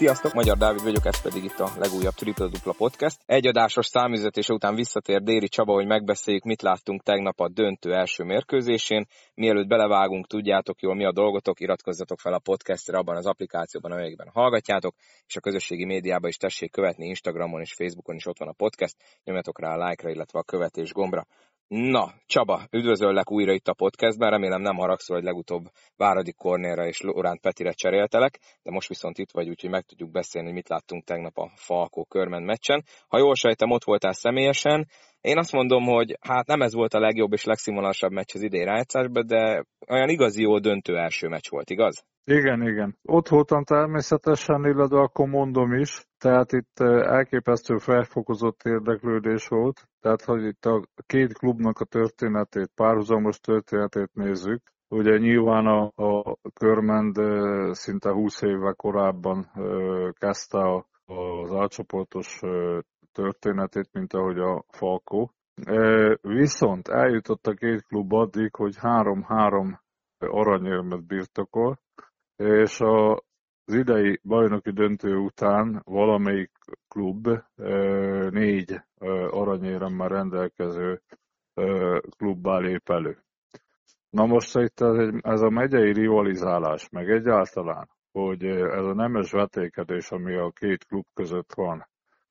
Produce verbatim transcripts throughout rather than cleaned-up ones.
Sziasztok, Magyar Dávid vagyok, ez pedig itt a legújabb Tripla Dupla Podcast. Egy adásos számüzetése után visszatér Déri Csaba, hogy megbeszéljük, mit láttunk tegnap a döntő első mérkőzésén. Mielőtt belevágunk, tudjátok jól, mi a dolgotok, iratkozzatok fel a podcastre abban az applikációban, amelyekben hallgatjátok, és a közösségi médiában is tessék követni, Instagramon és Facebookon is ott van a podcast, nyomjatok rá a like-ra, illetve a követés gombra. Na, Csaba, üdvözöllek újra itt a podcastben, remélem nem haragszol, hogy legutóbb Váradi Kornélra és Lóránt Petire cseréltelek, de most viszont itt vagy, úgyhogy meg tudjuk beszélni, hogy mit láttunk tegnap a Falkó-Körmend meccsen. Ha jól sejtem, ott voltál személyesen. Én azt mondom, hogy hát nem ez volt a legjobb és legszínvonalasabb meccs az idei rájátszásban, de olyan igazi jó döntő első meccs volt, igaz? Igen, igen. Ott voltam természetesen, illetve akkor mondom is, tehát itt elképesztő felfokozott érdeklődés volt, tehát hogy itt a két klubnak a történetét, párhuzamos történetét nézzük. Ugye nyilván a, a Körmend szinte húsz évvel korábban kezdte a, az alcsoportos történetét, mint ahogy a Falkó. Viszont eljutott a két klub addig, hogy három-három aranyérmet birtokol, és az idei bajnoki döntő után valamelyik klub négy aranyéremmel rendelkező klubbá lép elő. Na most itt ez a megyei rivalizálás, meg egyáltalán, hogy ez a nemes vetékedés, ami a két klub között van,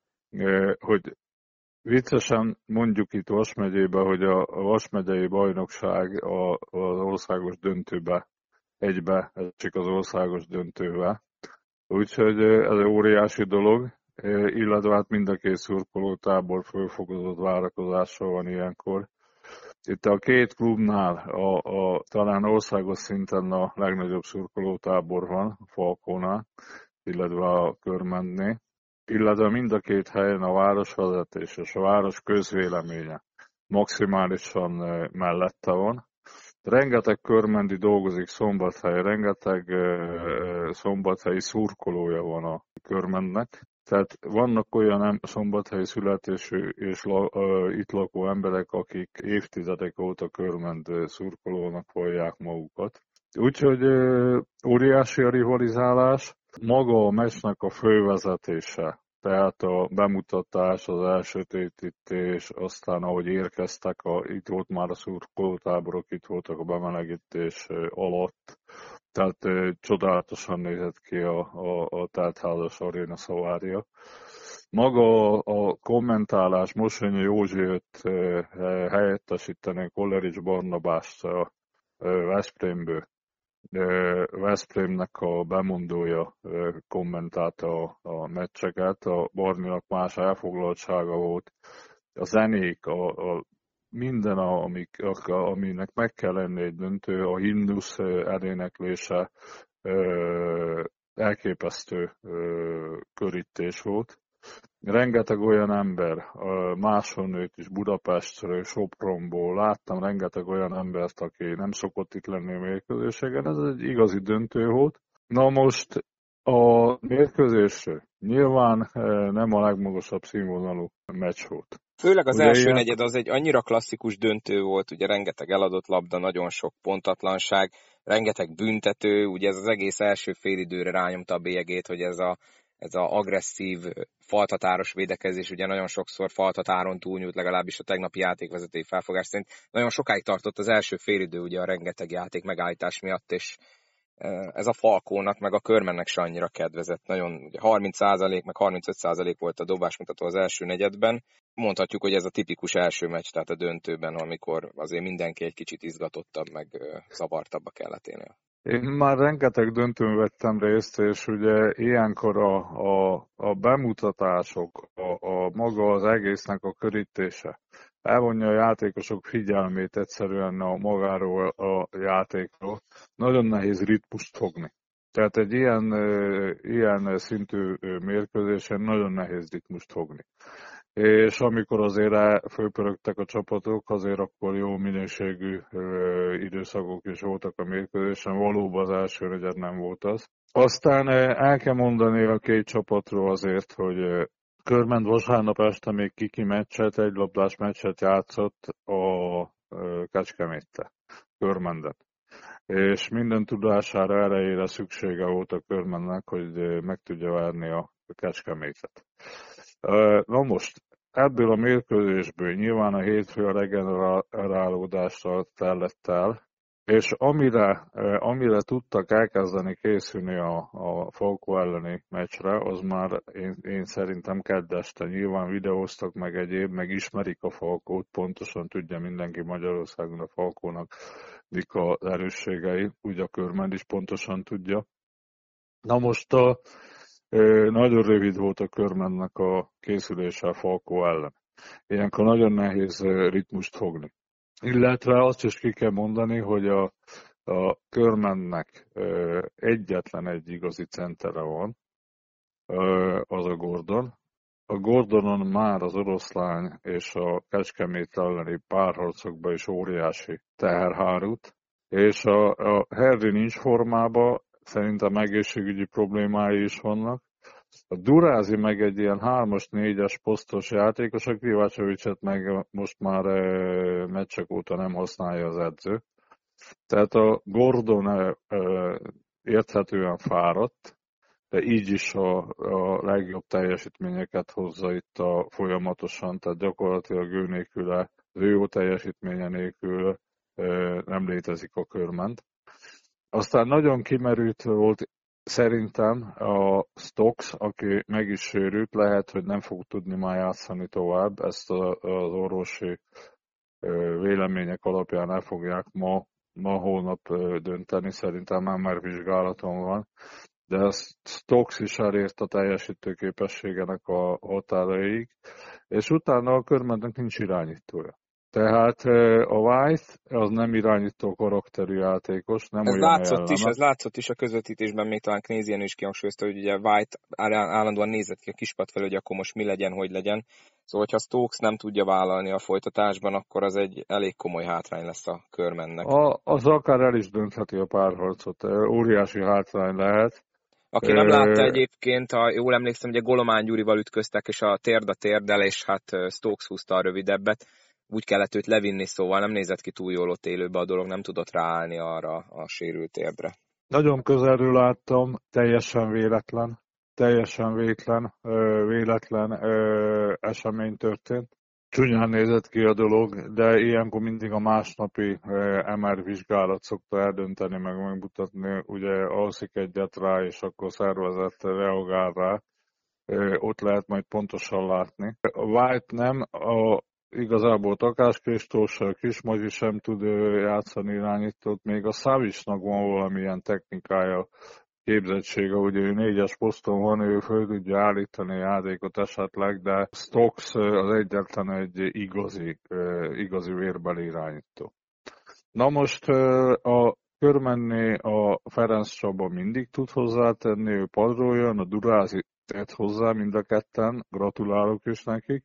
hogy viccesen mondjuk itt Vas megyében, hogy a Vas megyei bajnokság az országos döntőbe egybe esik az országos döntővel. Úgyhogy ez egy óriási dolog, illetve hát mind a két szurkolótábor fölfokozott várakozással van ilyenkor. Itt a két klubnál a, a, talán országos szinten a legnagyobb szurkolótábor van, a Falkónál, illetve a Körmendnél, illetve mind a két helyen a városvezetés és a város közvéleménye maximálisan mellette van. Rengeteg körmendi dolgozik Szombathelyen, rengeteg uh, szombathelyi szurkolója van a Körmendnek. Tehát vannak olyan szombathelyi születésű és la, uh, itt lakó emberek, akik évtizedek óta Körmend szurkolónak vallják magukat. Úgyhogy uh, óriási a rivalizálás. Maga a meccsnek a fővezetése, tehát a bemutatás, az elsötétítés, aztán ahogy érkeztek, a, itt volt már a szurkolótáborok, itt voltak a bemelegítés alatt, tehát e, csodálatosan nézett ki a, a, a teltházas aréna szavárja. Maga a, a kommentálás, Mosonyi Józsi jött e, helyettesíteni Kollerics Barnabást a e, Veszprémből. Veszprémnek a bemondója kommentálta a, a meccseket, a Barninak más elfoglaltsága volt, a zenék, a, a minden, a, amik, a, aminek meg kell lenni egy döntő, a himnusz eléneklése elképesztő körítés volt. Rengeteg olyan ember, máshonnét is, Budapestről, Sopronból, láttam rengeteg olyan embert, aki nem szokott itt lenni a mérkőzéseken, ez egy igazi döntő volt. Na most a mérkőzésről nyilván nem a legmagasabb színvonalú meccs volt. Főleg az ugye első ilyen... negyed az egy annyira klasszikus döntő volt, ugye rengeteg eladott labda, nagyon sok pontatlanság, rengeteg büntető, ugye ez az egész első félidőre rányomta a bélyegét, hogy ez a ez az agresszív, faltatáros védekezés, ugye nagyon sokszor faltatáron túlnyújt, legalábbis a tegnapi játékvezetői felfogás szerint. Nagyon sokáig tartott az első félidő ugye a rengeteg játék megállítás miatt, és ez a Falkónak, meg a Körmendnek se annyira kedvezett. Nagyon ugye harminc százalék, meg harmincöt százalék volt a dobásmutató az első negyedben. Mondhatjuk, hogy ez a tipikus első meccs, tehát a döntőben, amikor azért mindenki egy kicsit izgatottabb, meg zavartabb a kelleténél. Én már rengeteg döntőn vettem részt, és ugye ilyenkor a, a, a bemutatások, a, a maga az egésznek a körítése elvonja a játékosok figyelmét egyszerűen a magáról a játékról. Nagyon nehéz ritmust fogni. Tehát egy ilyen, ilyen szintű mérkőzésen nagyon nehéz ritmust fogni. És amikor azért fölpörögtek a csapatok, azért akkor jó minőségű időszakok is voltak a mérkőzésen, valóban az első negyed nem volt az. Aztán el kell mondani a két csapatról azért, hogy Körmend vasárnap este még kiki meccset, egy labdás meccset játszott a Kecskeméttel, Körmendet. és minden tudására, erejére szüksége volt a Körmennek, hogy meg tudja verni a Kecskemétet. Na most, ebből a mérkőzésből nyilván a hétfő a regenerálódásra tellett el, és amire, amire tudtak elkezdeni készülni a, a Falkó elleni meccsre, az már én, én szerintem kedd este nyilván videóztak meg egyéb, meg ismerik a Falkót, pontosan tudja mindenki Magyarországon a Falkónak mik az erősségei, úgy a Körmend is pontosan tudja. Na most a, nagyon rövid volt a Körmendnek a készülése a Falkó ellen. Ilyenkor nagyon nehéz ritmust fogni. Illetve azt is ki kell mondani, hogy a, a Körmennek egyetlen egy igazi centere van, az a Gordon. A Gordonon már az Oroszlány és a Kecskemét elleni párharcokban is óriási teherhárút, és a, a Harry nincs formában, szerintem egészségügyi problémái is vannak. A Durázi meg egy ilyen hármas-négyes posztos játékos, a Krivácsevicset meg most már e, meccsek óta nem használja az edző. Tehát a Gordon e, e, érthetően fáradt, de így is a, a legjobb teljesítményeket hozza itt a folyamatosan, tehát gyakorlatilag ő nélkül, az ő jó teljesítménye nélkül e, nem létezik a Körmend. Aztán nagyon kimerült volt szerintem a Stokes, aki meg is sérült, lehet, hogy nem fog tudni már játszani tovább, ezt az orvosi vélemények alapján el fogják ma, ma holnap dönteni, szerintem már már vizsgálaton van, de a Stokes is elért a teljesítő képességenek a határaig, és utána a Körmendnek nincs irányítója. Tehát a White az nem irányító karakterű játékos, nem ez olyan látszott is, jelleme. ez látszott is a közvetítésben, még talán Knézien is kihangsúlyozta, hogy ugye White állandóan nézett ki a kispad felé, hogy akkor most mi legyen, hogy legyen. Szóval, hogyha Stokes nem tudja vállalni a folytatásban, akkor az egy elég komoly hátrány lesz a Körmennek. A, az akár el is döntheti a párharcot, óriási hátrány lehet. Aki nem látta egyébként, ha jól emlékszem, ugye Golomán Gyurival ütköztek, és a térd a térdel, és hát Stokes húzta a rövidebbet. Úgy kellett őt levinni, szóval nem nézett ki túl jól ott élőbe a dolog, nem tudott ráállni arra a sérült térdre. Nagyon közelről láttam, teljesen véletlen, teljesen véletlen, véletlen esemény történt. Csúnyán nézett ki a dolog, de ilyenkor mindig a másnapi em er vizsgálat szokta eldönteni, meg megmutatni, ugye alszik egyet rá, és akkor szervezet reagál rá. Ott lehet majd pontosan látni. A White nem, a, igazából Takás Kristóf, Kismagyi sem tud játszani irányítót, még a Savicsnak van valamilyen technikája, képzettsége, ugye ő négyes poszton van, ő föl tudja állítani a játékot esetleg, de Stokes az egyetlen egy igazi, igazi vérbeli irányító. Na most a Körmenné a Ferenc Csaba mindig tud hozzátenni, ő padról jön, a Durázi tett hozzá mind a ketten, gratulálok is nekik.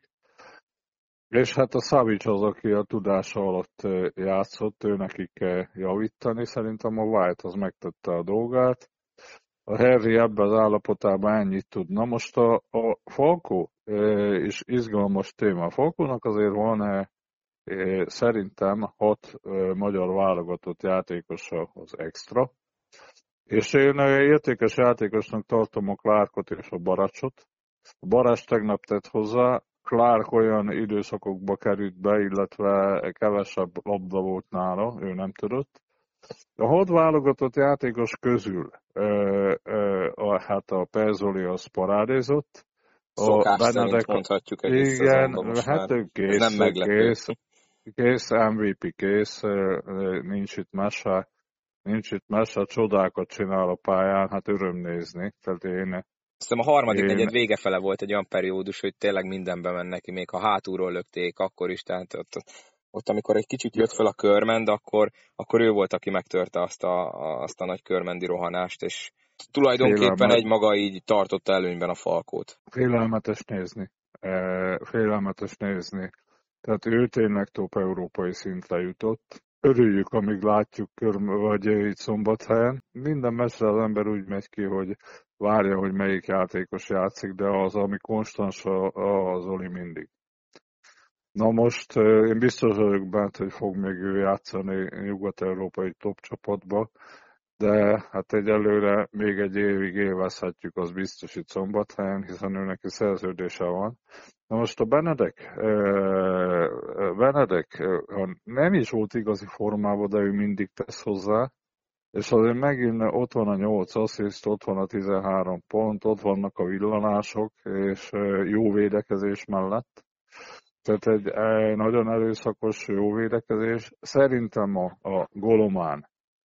És hát a Savic az, aki a tudása alatt játszott, ő nekik kell javítani, szerintem a White az megtette a dolgát. A Harry ebben az állapotában ennyit tud. Na most a, a Falkó is izgalmas téma. A Falkónak azért van e, e, szerintem hat e, magyar válogatott játékosa az extra. És én értékes játékosnak tartom a Clarkot és a Baracsot. A Baracs tegnap tett hozzá, Clark olyan időszakokba került be, illetve kevesebb labda volt nála, ő nem tudott. A hat válogatott játékos közül ö, ö, a, hát a Perzoli az parádézott. Szokás szerint mondhatjuk egész igen, hát ő kész, nem meglepő. kész, kész, em vé pé kész, nincs itt mese, nincs itt mese, csodákat csinál a pályán, hát öröm nézni. Tehát én Aztán a harmadik Én... negyed vége fele volt egy olyan periódus, hogy tényleg mindenbe ment neki, még ha hátulról lökték, akkor is, tehát ott, ott amikor egy kicsit jött fel a Körmend, akkor, akkor ő volt, aki megtörte azt a, azt a nagy körmendi rohanást, és tulajdonképpen Félelmet. egy maga így tartotta előnyben a Falkót. Félelmetes nézni. Félelmetes nézni. Tehát ő tényleg top európai szintre jutott. Örüljük, amíg látjuk, vagy itt Szombathelyen. Minden messze az ember úgy megy ki, hogy várja, hogy melyik játékos játszik, de az, ami konstans, az Oli mindig. Na most én biztos vagyok bent, hogy fog még ő játszani nyugat-európai top csapatba, de hát egyelőre még egy évig élvezhetjük, az biztos itt Szombathelyen, hiszen ő neki szerződése van. Na most a Benedek, Benedek nem is volt igazi formában, de ő mindig tesz hozzá, és azért megint ott van a nyolc assziszt, ott van a tizenhárom pont, ott vannak a villanások, és jó védekezés mellett. Tehát egy, egy nagyon erőszakos jó védekezés. Szerintem a, a Golomán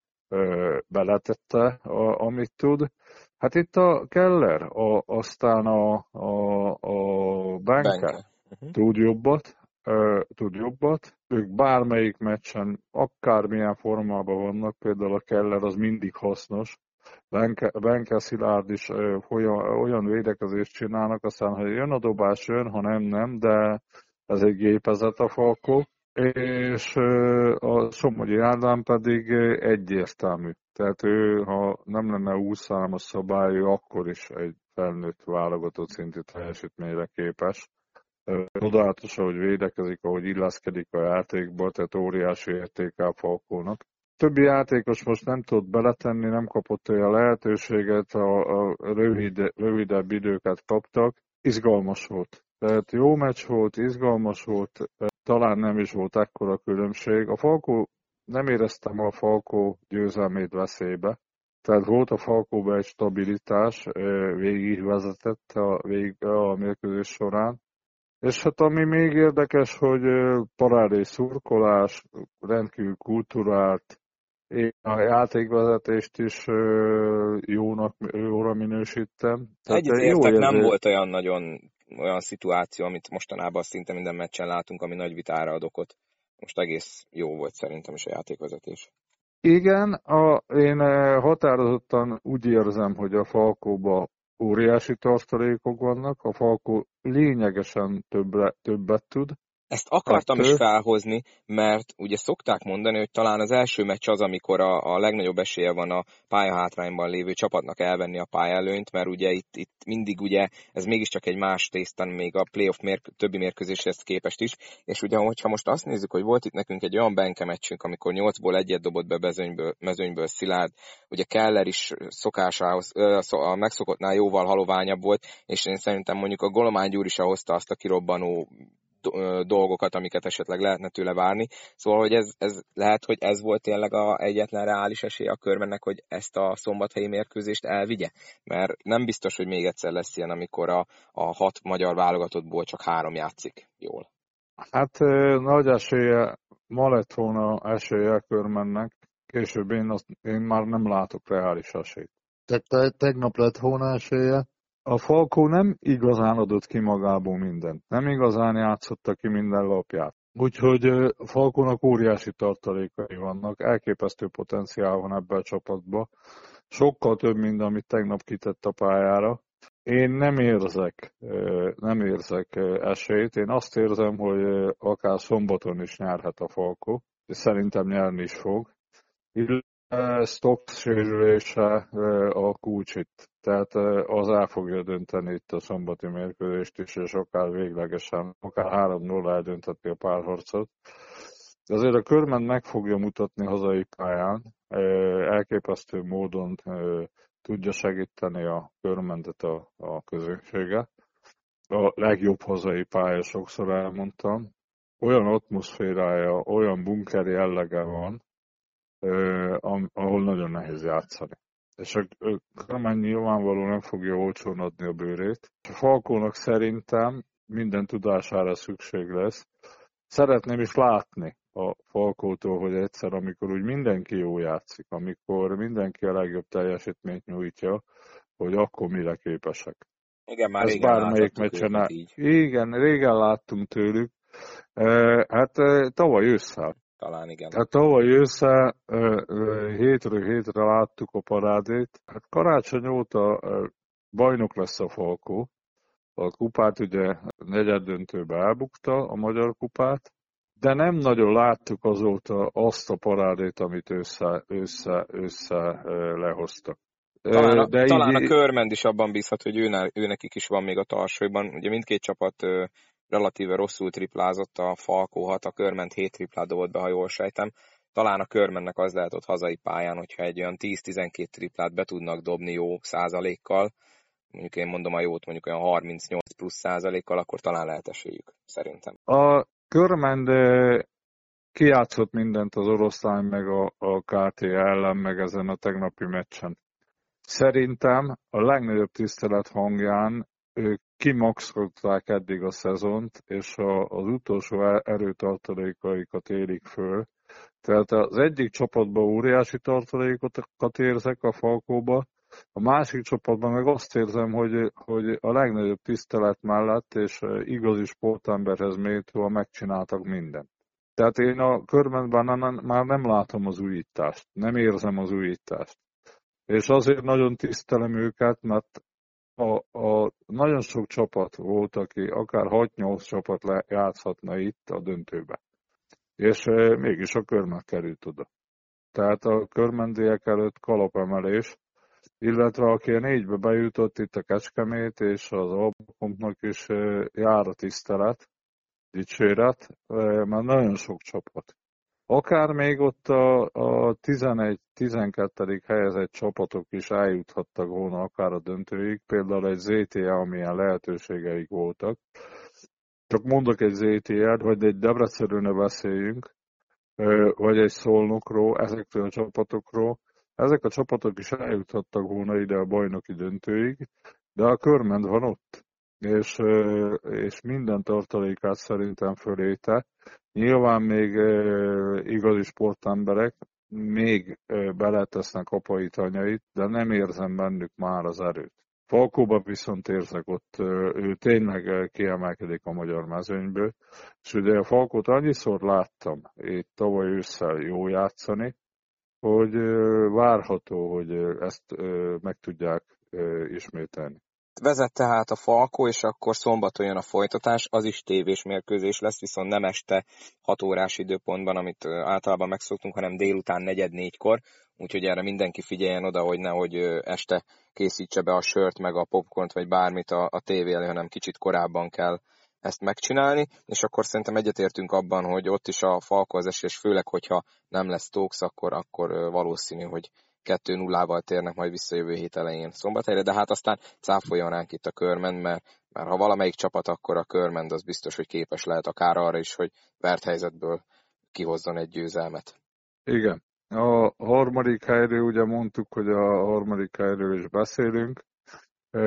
ö, beletette, a, amit tud. Hát itt a Keller, a, aztán a, a, a Benke Benke. Uh-huh. tud jobbat, ö, tud jobbat. Ők bármelyik meccsen, akármilyen formában vannak, például a Keller az mindig hasznos. Benke, Benke Szilárd is ö, olyan, olyan védekezést csinálnak, aztán ha jön a dobás, jön, ha nem, nem, de ez egy gépezet a Falkó, és a Somogyi Ádám pedig egyértelmű. Tehát ő, ha nem lenne húsz számos szabály, akkor is egy felnőtt válogatott szintű teljesítményre képes. Csodálatos, ahogy védekezik, ahogy illeszkedik a játékba, tehát óriási értéke a Falkónak. Többi játékos most nem tudott beletenni, nem kapott olyan lehetőséget, a, a rövid, rövidebb időket kaptak. Izgalmas volt. Tehát jó meccs volt, izgalmas volt, talán nem is volt ekkora különbség. A Falkó, nem éreztem a Falkó győzelmét veszélybe. Tehát volt a Falkóban egy stabilitás, végigvezetett a, végig a mérkőzés során. És hát ami még érdekes, hogy parádé szurkolás, rendkívül kulturált, a játékvezetést is jónak, jóra minősítem. Egyetértek, jó nem volt olyan nagyon olyan szituáció, amit mostanában szinte minden meccsen látunk, ami nagy vitára ad okot. Most egész jó volt szerintem is a játékvezetés. Igen, a, én határozottan úgy érzem, hogy a Falkóban óriási tartalékok vannak, a Falkó lényegesen többre, többet tud. Ezt akartam Ettől. is felhozni, mert ugye szokták mondani, hogy talán az első meccs az, amikor a, a legnagyobb esélye van a pályahátrányban lévő csapatnak elvenni a pályelőnyt, mert ugye itt, itt mindig ugye ez mégiscsak egy más tésztán még a playoff mérk, többi mérkőzéshez képest is, és ugye hogyha most azt nézzük, hogy volt itt nekünk egy olyan Benke meccsünk, amikor nyolcból egyet dobott be mezőnyből, mezőnyből Szilárd, ugye Keller is szokásához, a megszokottnál jóval haloványabb volt, és én szerintem mondjuk a Golomán Gyuri is hozta azt a kirobbanó dolgokat, amiket esetleg lehetne tőle várni. Szóval, hogy ez, ez lehet, hogy ez volt tényleg a egyetlen reális esély a Körmennek, hogy ezt a szombathelyi mérkőzést elvigye? Mert nem biztos, hogy még egyszer lesz ilyen, amikor a, a hat magyar válogatottból csak három játszik jól. Hát nagy esélye, ma lett volna esélye a Körmennek, később én, azt, én már nem látok reális esélyt. Tehát tegnap lett volna esélye. A Falkó nem igazán adott ki magából mindent. Nem igazán játszotta ki minden lapját. Úgyhogy Falkónak óriási tartalékai vannak, elképesztő potenciál van ebben a csapatban. Sokkal több, mint amit tegnap kitett a pályára. Én nem érzek, nem érzek esélyt. Én azt érzem, hogy akár szombaton is nyerhet a Falkó, és szerintem nyerni is fog. Stokes sérülése a kulcs itt. Tehát az el fogja dönteni itt a szombati mérkőzést is, és akár véglegesen, akár három nulla eldönteti a párharcot. De azért a Körmen meg fogja mutatni hazai pályán, elképesztő módon tudja segíteni a Körmentet a, a közönsége. A legjobb hazai pálya, sokszor elmondtam. Olyan atmoszférája, olyan bunkeri jellege van, ahol nagyon nehéz játszani. És a Körmen nyilvánvalóan nem fogja olcsón adni a bőrét. A Falkónak szerintem minden tudására szükség lesz. Szeretném is látni a Falkótól, hogy egyszer, amikor úgy mindenki jó játszik, amikor mindenki a legjobb teljesítményt nyújtja, hogy akkor mire képesek. Igen, már régen bármelyik meccsen így. Igen, régen láttunk tőlük. Hát tavaly ősszel. Talán igen. Hát tavaly ősszel hétről hétre láttuk a parádét. Hát karácsony óta bajnok lesz a Falkó. A kupát ugye negyeddöntőbe elbukta, a magyar kupát, de nem nagyon láttuk azóta azt a parádét, amit össze, össze, össze lehoztak. Talán, a, de talán így, a Körmend is abban bízhat, hogy ő, ő nekik is van még a tarsolyban. Ugye mindkét csapat relatíve rosszul triplázott, a Falkó hat, a Körment hét triplát dobott be, ha jól sejtem. Talán a Körmennek az lehet ott hazai pályán, hogyha egy olyan tíz-tizenkét triplát be tudnak dobni jó százalékkal, mondjuk én mondom a jót, mondjuk olyan harmincnyolc plusz százalékkal, akkor talán lehet esélyük, szerintem. A Körmend kijátszott mindent az oroszlány meg a, a ká té ellen, meg ezen a tegnapi meccsen. Szerintem a legnagyobb tisztelet hangján ők kimaxolták eddig a szezont, és a, az utolsó erőtartalékaikat érik föl. Tehát az egyik csapatban óriási tartalékokat érzek a Falkóba, a másik csapatban meg azt érzem, hogy, hogy a legnagyobb tisztelet mellett és igazi sportemberhez méltóan megcsináltak mindent. Tehát én a Körmentben már nem látom az újítást, nem érzem az újítást. És azért nagyon tisztelem őket, mert a, a nagyon sok csapat volt, aki akár hat-nyolc csapat le, játszhatna itt a döntőbe. És e, mégis a Körment került oda. Tehát a körmendiek előtt kalapemelés, illetve aki a négybe bejutott itt a Kecskemét, és az Albakompnak is e, jár a tisztelet, dicséret, e, mert nagyon sok csapat. Akár még ott a, a tizenegy-tizenkettedik helyezett csapatok is eljuthattak volna akár a döntőig, például egy zé té á, amilyen lehetőségeik voltak. Csak mondok egy zé té á-t, vagy egy Debrecenről ne beszéljünk, vagy egy Szolnokról, ezekről a csapatokról. Ezek a csapatok is eljuthattak volna ide a bajnoki döntőig, de a Körment van ott, és, és minden tartalékát szerintem föléte. Nyilván még igazi sportemberek még beletesznek apai tanyait, de nem érzem bennük már az erőt. Falkóban viszont érzek, ott ő tényleg kiemelkedik a magyar mezőnyből, és ugye a Falkót annyiszor láttam itt tavaly ősszel jó játszani, hogy várható, hogy ezt meg tudják ismételni. Vezet tehát a Falkó, és akkor szombaton jön a folytatás, az is tévés mérkőzés lesz, viszont nem este hat órás időpontban, amit általában megszoktunk, hanem délután negyed négykor, úgyhogy erre mindenki figyeljen oda, hogy nehogy este készítse be a sört, meg a popcornt, vagy bármit a, a tévé elé, hanem kicsit korábban kell ezt megcsinálni, és akkor szerintem egyetértünk abban, hogy ott is a Falkó az esélyes, főleg, hogyha nem lesz Stokes, akkor, akkor valószínű, hogy kettő nullával térnek majd vissza jövő hét elején Szombathelyre, de hát aztán cáfoljon ránk itt a Körment, mert, mert ha valamelyik csapat, akkor a Körment az biztos, hogy képes lehet akár arra is, hogy vert helyzetből kihozzon egy győzelmet. Igen. A harmadik helyről ugye mondtuk, hogy a harmadik helyről is beszélünk. E,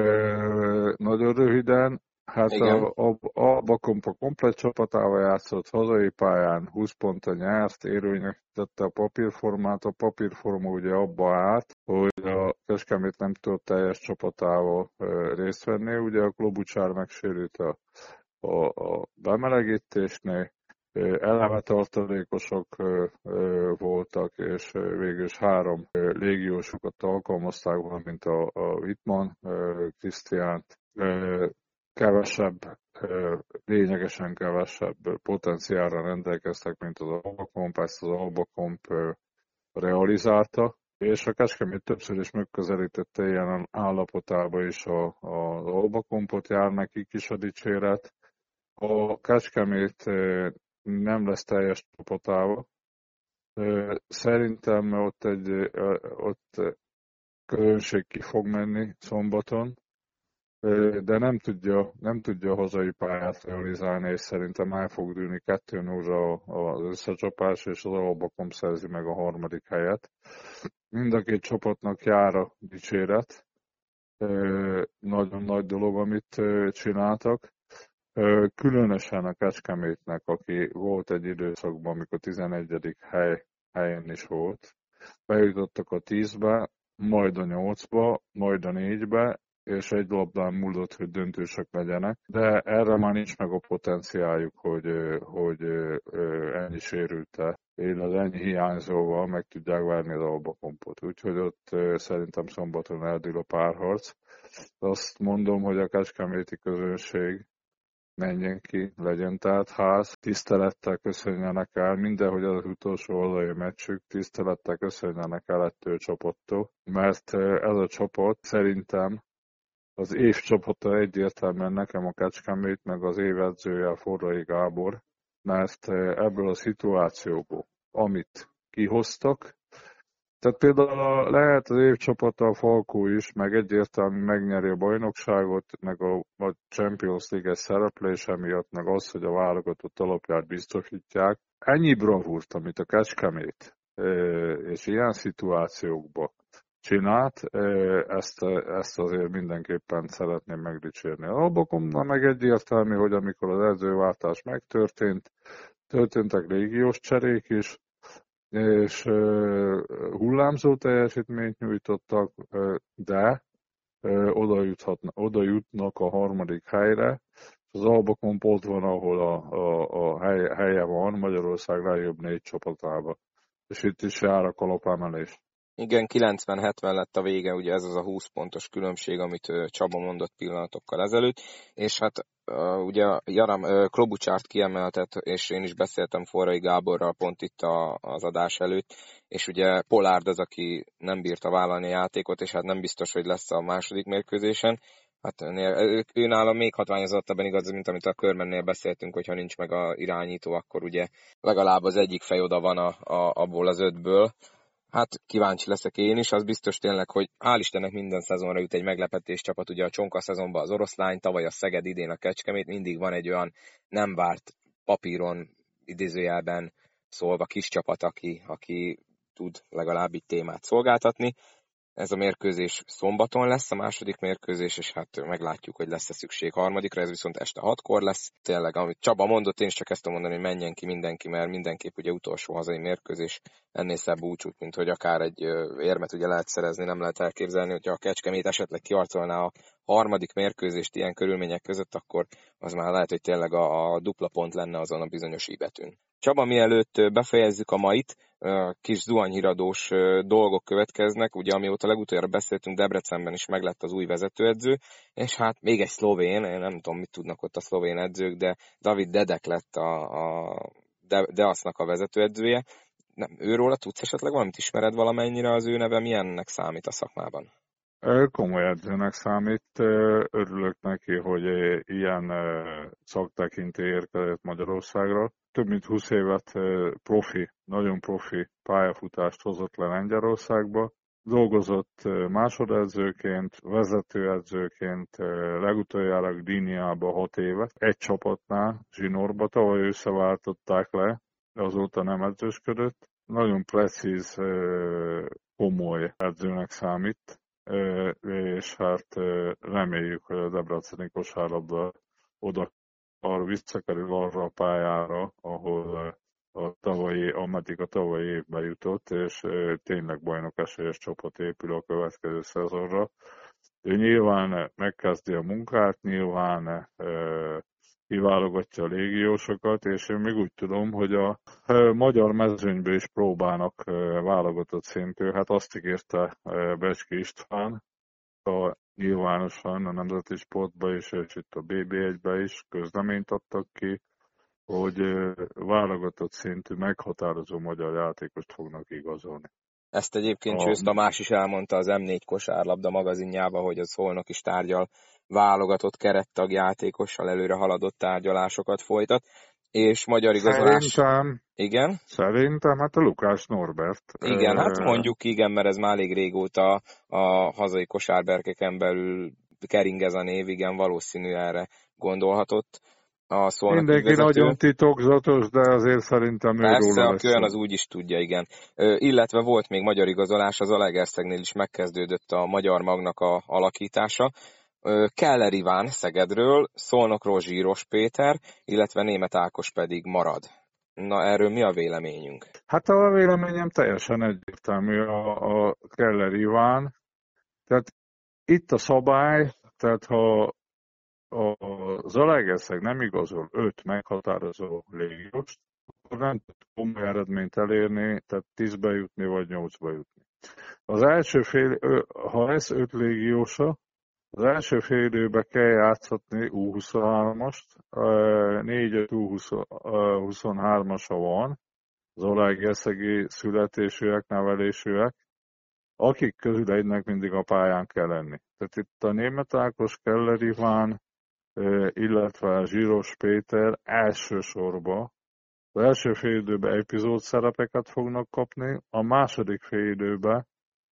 nagyon röviden, hát Igen. a, a, a Bakompa komplet csapatával játszott hazai pályán, húsz ponton nyert, érvényesítette a papírformát, a papírforma ugye abba állt, hogy a Kecskemét nem tudott teljes csapatával e, részt venni, ugye a Klobucsár megsérült a, a, a bemelegítésnél, eleve tartalékosok voltak, és végül is három légiósokat alkalmazták, valamint a, a Wittmann, Krisztiánt, kevesebb, lényegesen kevesebb potenciálra rendelkeztek, mint az Albakomp, ezt az Albakomp realizálta, és a Kecskemét többször is megközelítette ilyen állapotába is a, az Albakompot, jár nekik is a dicséret. A Kecskemét nem lesz teljes csapatával. Szerintem ott egy ott közönség ki fog menni szombaton, de nem tudja, nem tudja a hazai pályát realizálni, és szerintem el fog dűlni kettő nullra az összecsapás, és az Albakom szerzi meg a harmadik helyet. Mind a két csapatnak jár a dicséret. Nagyon nagy dolog, amit csináltak. Különösen a Kecskemétnek, aki volt egy időszakban, amikor tizenegyedik hely, helyen is volt. Bejutottak a tízbe, majd a nyolcba, majd a négybe, és egy labdán múlott, hogy döntősek legyenek. De erre már nincs meg a potenciáljuk, hogy, hogy ennyi sérülte, illetve ennyi hiányzóval meg tudják várni az Albakompot. Úgyhogy ott szerintem szombaton eldől a párharc. Azt mondom, hogy a kecskeméti közönség menjen ki, legyen tehát ház, tisztelettel köszönjenek el, mindenhogy az utolsó hazai meccsük, tisztelettel köszönjenek el ettől a csapattól, mert ez a csapat szerintem az év csapata egyértelműen nekem a Kecskemét, meg az év edzője a Forrai Gábor, mert ebből a szituációból, amit kihoztak, tehát például lehet az év csapata a Falkó is, meg egyértelműen megnyeri a bajnokságot, meg a, a Champions League-es szereplése miatt, meg az, hogy a válogatott alapját biztosítják. Ennyi bravúrt, amit a Kecskemét és ilyen szituációkban csinált, ezt, ezt azért mindenképpen szeretném megdicsérni. A Albakomnál meg egyértelmű, hogy amikor az edzőváltás megtörtént, történtek régiós cserék is, és hullámzó teljesítményt nyújtottak, de oda, juthatna, oda jutnak a harmadik helyre. Az Albakon pont van, ahol a, a, a hely, helye van Magyarország legjobb négy csapatába. És itt is jár a kalapemelés. Igen, kilencven hetven lett a vége, ugye ez az a húsz pontos különbség, amit Csaba mondott pillanatokkal ezelőtt, és hát ugye Jaram Klobucsárt kiemeltet, és én is beszéltem Forrai Gáborral pont itt a, az adás előtt, és ugye Pollard az, aki nem bírta vállalni a játékot, és hát nem biztos, hogy lesz a második mérkőzésen. Hát ő nálam még hatványozottabban igaz, mint amit a Körmennél beszéltünk, hogyha nincs meg a irányító, akkor ugye legalább az egyik fej oda van a, a, abból az ötből. Hát kíváncsi leszek én is, az biztos tényleg, hogy hál' Istennek minden szezonra jut egy meglepetés csapat, ugye a Csonka szezonban az Oroszlány, tavaly a Szeged, idén a Kecskemét, mindig van egy olyan nem várt papíron, idézőjelben szólva kis csapat, aki, aki tud legalább így témát szolgáltatni. Ez a mérkőzés szombaton lesz, a második mérkőzés, és hát meglátjuk, hogy lesz-e szükség harmadikra, ez viszont este hatkor lesz. Tényleg, amit Csaba mondott, én is csak ezt tudom mondani, hogy menjen ki mindenki, mert mindenképp ugye utolsó hazai mérkőzés, ennél szebb búcsút, mint hogy akár egy érmet ugye lehet szerezni, nem lehet elképzelni, hogyha a Kecskemét esetleg kiarcolná a harmadik mérkőzést ilyen körülmények között, akkor az már lehet, hogy tényleg a, a dupla pont lenne azon a bizonyos íbetűn. Csaba, mielőtt befejezzük a mait, kis zuhanyhíradós dolgok következnek, ugye amióta legutoljára beszéltünk, Debrecenben is meglett az új vezetőedző, és hát még egy szlovén, én nem tudom, mit tudnak ott a szlovén edzők, de David Dedek lett a, a De, Deasznak a vezetőedzője. Nem, őróla tudsz esetleg valamit, ismered valamennyire az ő neve, milyennek számít a szakmában? Komoly edzőnek számít, örülök neki, hogy ilyen szaktekintély érkezett Magyarországra. Több mint húsz évet profi, nagyon profi pályafutást hozott le Lengyelországba. Dolgozott másodedzőként, vezetőedzőként, legutoljára Gdyniában hat évet, egy csapatnál, Zsinorba, tavaly összeváltották le, de azóta nem edzősködött. Nagyon precíz, komoly edzőnek számít. És hát reméljük, hogy a debreceni kosárlabda oda arra visszakerül arra a pályára, ahol a tavalyi, ameddig a tavalyi évben jutott, és tényleg bajnok esélyes csapat épül a következő szezonra. Ő nyilván megkezdi a munkát, nyilván kiválogatja a légiósokat, és én még úgy tudom, hogy a magyar mezőnyből is próbálnak válogatott szintű. Hát azt ígérte Becski István, a nyilvánosan a Nemzeti Sportba is, és itt a bé bé egybe is közleményt adtak ki, hogy válogatott szintű meghatározó magyar játékost fognak igazolni. Ezt egyébként Csősz Tamás is elmondta az em négy kosárlabda magazinjában, hogy az Szolnok is tárgyal válogatott kerettag játékossal, előre haladott tárgyalásokat folytat, és magyar igazolás... Szerintem, igen? Szerintem, hát a Lukács Norbert. Igen, hát mondjuk igen, mert ez már elég régóta a hazai kosárberkeken belül kering ez a név, igen, valószínű erre gondolhatott. A Mindenki nagyon titokzatos, de azért szerintem ő Persze, róla aki olyan, az úgy is tudja, igen. Ö, illetve volt még magyar igazolás, az Alegerszegnél is megkezdődött a magyar magnak a alakítása. Ö, Keller Iván Szegedről, Szolnokról Zsíros Péter, illetve Németh Ákos pedig marad. Na, erről mi a véleményünk? Hát a véleményem teljesen egyértelmű, a, a Keller Iván. Tehát itt a szabály, tehát ha az Zalaegerszeg nem igazol öt meghatározó légióst, akkor nem tud komoly eredményt elérni, tehát tízbe jutni, vagy nyolcba jutni. Az első fél, ha lesz öt légiósa, az első fél időben kell játszatni U huszonhármast, négy-öt U huszonhármasa van, Zalaegerszegi születésűek, nevelésűek, akik közül egynek mindig a pályán kell lenni. Tehát itt a Németh Ákos, Keller Iván, illetve Zsíros Péter elsősorban az első félidőben epizód szerepeket fognak kapni, a második félidőben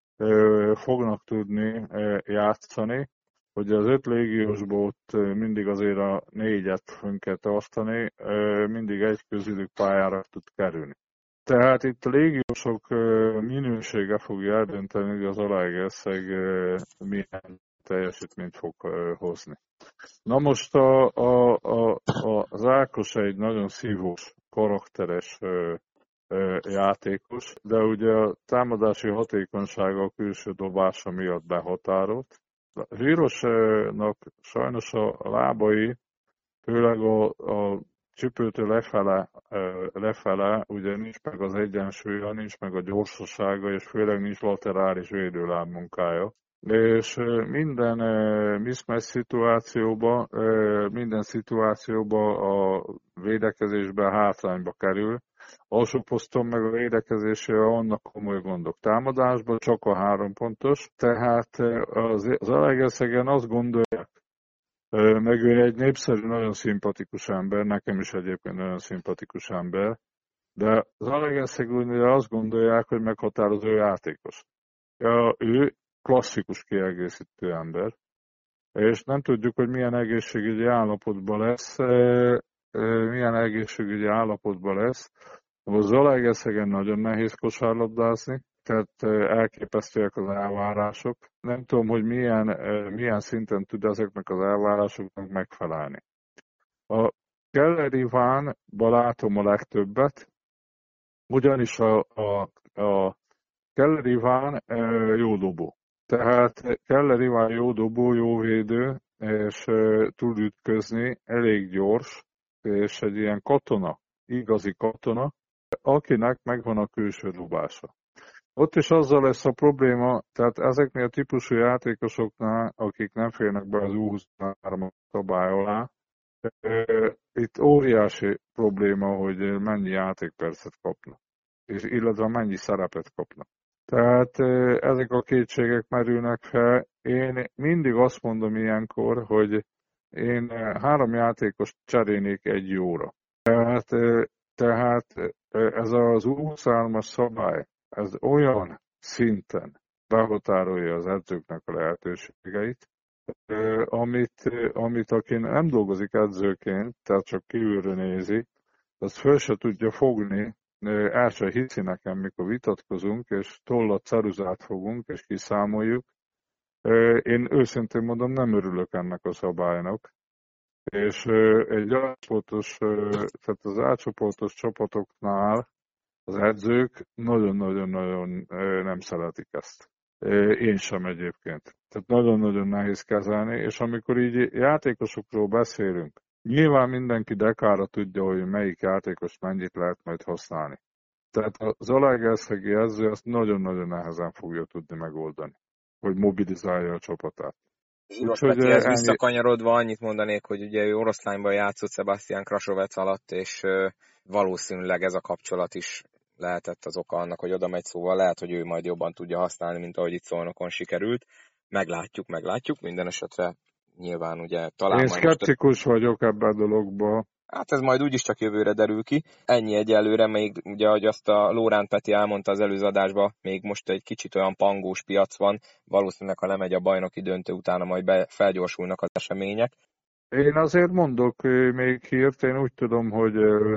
fognak tudni játszani, hogy az öt légiósból ott mindig azért a négyet fönn kell tartani, mindig egy közülük pályára tud kerülni. Tehát itt a légiósok minősége fogja eldönteni, hogy az Zalaegerszeg milyen teljesítményt fog hozni. Na most a, a, a, a, az Ákos egy nagyon szívós, karakteres ö, ö, játékos, de ugye a támadási hatékonysága a külső dobása miatt behatárolt. Zsírosnak sajnos a lábai, főleg a, a csipőtől lefele, lefele, ugye nincs meg az egyensúlya, nincs meg a gyorsasága, és főleg nincs laterális védőlábmunkája. És minden mismatch szituációban, minden szituációban a védekezésben hátrányba kerül. Alsó poszton meg a védekezésére annak komoly gondok. Támadásban csak a három pontos, tehát az Zalaegerszegen azt gondolják, meg ő egy népszerű, nagyon szimpatikus ember, nekem is egyébként nagyon szimpatikus ember, de az Zalaegerszegen azt gondolják, hogy meghatározó játékos. Ja, ő klasszikus kiegészítő ember, és nem tudjuk, hogy milyen egészségügyi állapotban lesz, milyen egészségügyi állapotban lesz. A Zalaegerszegen nagyon nehéz kosárlabdázni, tehát elképesztőek az elvárások. Nem tudom, hogy milyen, milyen szinten tud ezeknek az elvárásoknak megfelelni. A Keller Ivánban látom a legtöbbet, ugyanis a, a, a Keller Iván jó dobó. Tehát Keller Iván jó dobó, jó védő, és tud ütközni, elég gyors, és egy ilyen katona, igazi katona, akinek megvan a külső dobása. Ott is azzal lesz a probléma, tehát ezeknél a típusú játékosoknál, akik nem férnek be az U huszonhárom szabály alá, itt óriási probléma, hogy mennyi játékpercet kapnak, és illetve mennyi szerepet kapnak. Tehát ezek a kétségek merülnek fel. Én mindig azt mondom ilyenkor, hogy én három játékos cserélnék egy jóra. Tehát, tehát ez az U huszonhármas szabály, ez olyan szinten behatárolja az edzőknek a lehetőségeit, amit, amit aki nem dolgozik edzőként, tehát csak kívülről nézi, az föl se tudja fogni, el se hiszi nekem, mikor vitatkozunk, és tollat ceruzát fogunk, és kiszámoljuk. Én őszintén mondom, nem örülök ennek a szabálynak. És egy átcsoportos, tehát az átcsoportos csapatoknál az edzők nagyon-nagyon-nagyon nem szeretik ezt. Én sem egyébként. Tehát nagyon-nagyon nehéz kezelni, és amikor így játékosokról beszélünk, nyilván mindenki dekára tudja, hogy melyik játékos mennyit lehet majd használni. Tehát a zalaegerszegi edző ezt nagyon-nagyon nehezen fogja tudni megoldani, hogy mobilizálja a csapatát. Zsíros Petihez ennyi... visszakanyarodva annyit mondanék, hogy ugye ő oroszlányban játszott Sebastian Krasovec alatt, és valószínűleg ez a kapcsolat is lehetett az oka annak, hogy oda megy, szóval lehet, hogy ő majd jobban tudja használni, mint ahogy itt Szolnokon sikerült. Meglátjuk, meglátjuk, minden esetre nyilván ugye talán... Én szkeptikus a... vagyok ebben a dologban. Hát ez majd úgyis csak jövőre derül ki. Ennyi egyelőre, még ugye, ahogy azt a Lórán Peti elmondta az előző adásban, még most egy kicsit olyan pangós piac van, valószínűleg ha lemegy a bajnoki döntő, utána majd be, felgyorsulnak az események. Én azért mondok még hírt, én úgy tudom, hogy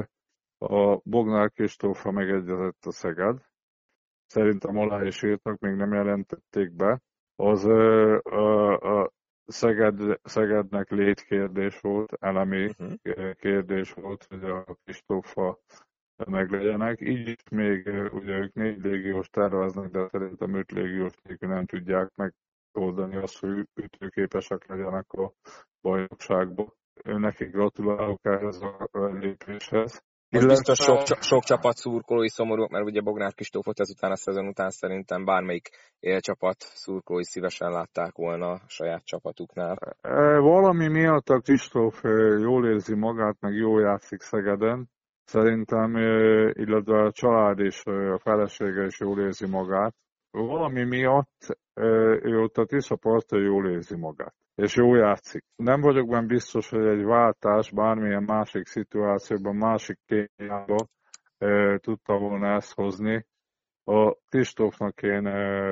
a Bognár Kristófa megegyezett a Szeged. Szerintem alá is írtak, még nem jelentették be. Az a, a Szeged, Szegednek létkérdés volt, elemi uh-huh. kérdés volt, hogy a Kristófa meglegyenek. Így is még ugye ők négy légiós terveznek, de szerintem öt légiós nélkül nem tudják megoldani azt, hogy ütőképesek legyenek a bajnokságban. Nekik gratulálok ehhez a lépéshez. Ez biztos sok, sok csapat szurkolói szomorúak, mert ugye Bognár Kristófot ezután a szezon után szerintem bármelyik élcsapat szurkolói szívesen látták volna a saját csapatuknál. Valami miatt a Kristóf jól érzi magát, meg jól játszik Szegeden. Szerintem, illetve a család és a felesége is jól érzi magát. valami miatt ő ott a Tisza parton jól érzi magát, és jól játszik. Nem vagyok benne biztos, hogy egy váltás bármilyen másik szituációban, másik Kéniában tudta volna ezt hozni. A Kristófnak én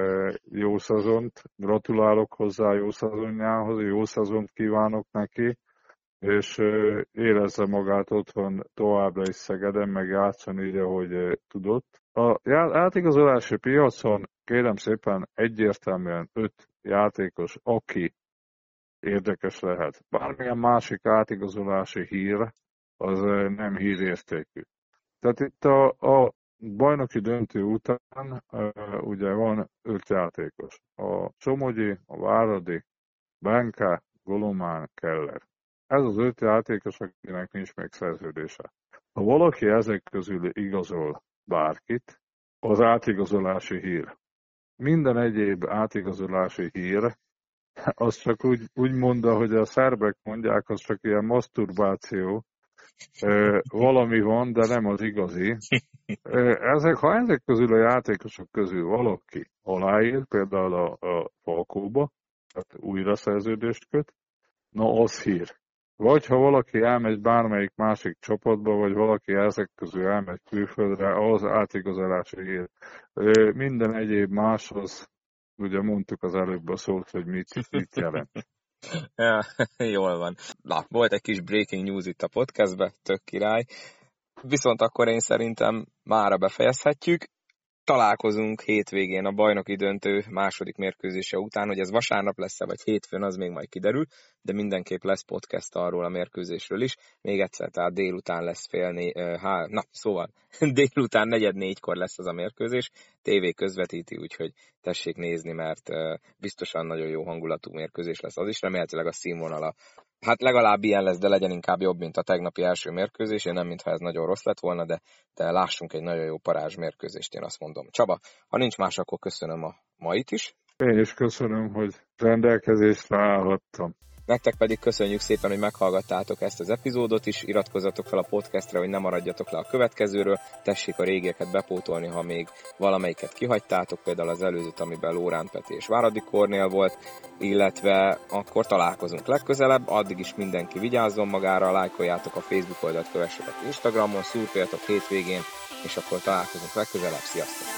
jó szezont, gratulálok hozzá jó szezonjához, jó szezont kívánok neki, és érezze magát otthon továbbra is Szegeden, meg játszani így, ahogy tudott. A játékozási piacon kérem szépen egyértelműen öt játékos, aki érdekes lehet. Bármilyen másik átigazolási hír, az nem hírértékű. Tehát itt a, a bajnoki döntő után uh, ugye van öt játékos. A Somogyi, a Váradi, Benka, Golomán, Keller. Ez az öt játékos, akinek nincs még szerződése. Ha valaki ezek közül igazol bárkit, az átigazolási hír. Minden egyéb átigazolási hír, az csak úgy, úgy mondja, hogy a szerbek mondják, az csak ilyen maszturbáció, e, valami van, de nem az igazi. E, ezek, ha ezek közül a játékosok közül valaki aláír, például a, a Falkóba, tehát újra szerződést köt, na az hír. Vagy ha valaki elmegy bármelyik másik csapatba, vagy valaki ezek közül elmegy külföldre, az átigazolási hír. E, minden egyéb máshoz, ugye mondtuk az előbb a szót, hogy mit, mit jelent. Ja, jól van. Na, volt egy kis breaking news itt a podcastben, tök király. Viszont akkor én szerintem mára befejezhetjük. Találkozunk hétvégén a bajnoki döntő második mérkőzése után, hogy ez vasárnap lesz-e, vagy hétfőn, az még majd kiderül, de mindenképp lesz podcast arról a mérkőzésről is. Még egyszer, tehát délután lesz fél né... Há... Na, szóval délután negyed négykor lesz az a mérkőzés. Tévé közvetíti, úgyhogy tessék nézni, mert biztosan nagyon jó hangulatú mérkőzés lesz az is. Remélhetőleg a színvonala, hát legalább ilyen lesz, de legyen inkább jobb, mint a tegnapi első mérkőzés. Én nem, mintha ez nagyon rossz lett volna, de, de lássunk egy nagyon jó parázs mérkőzést, én azt mondom. Csaba, ha nincs más, akkor köszönöm a mait is. Én is köszönöm, hogy rendelkezésre állhattam. Nektek pedig köszönjük szépen, hogy meghallgattátok ezt az epizódot is, iratkozzatok fel a podcastre, hogy ne maradjatok le a következőről, tessék a régieket bepótolni, ha még valamelyiket kihagytátok, például az előzőt, amiben Lórán Peti és Váradi Kornél volt, illetve akkor találkozunk legközelebb, addig is mindenki vigyázzon magára, lájkoljátok a Facebook oldalt, kövessetek Instagramon, szurkoljatok hétvégén, és akkor találkozunk legközelebb, sziasztok!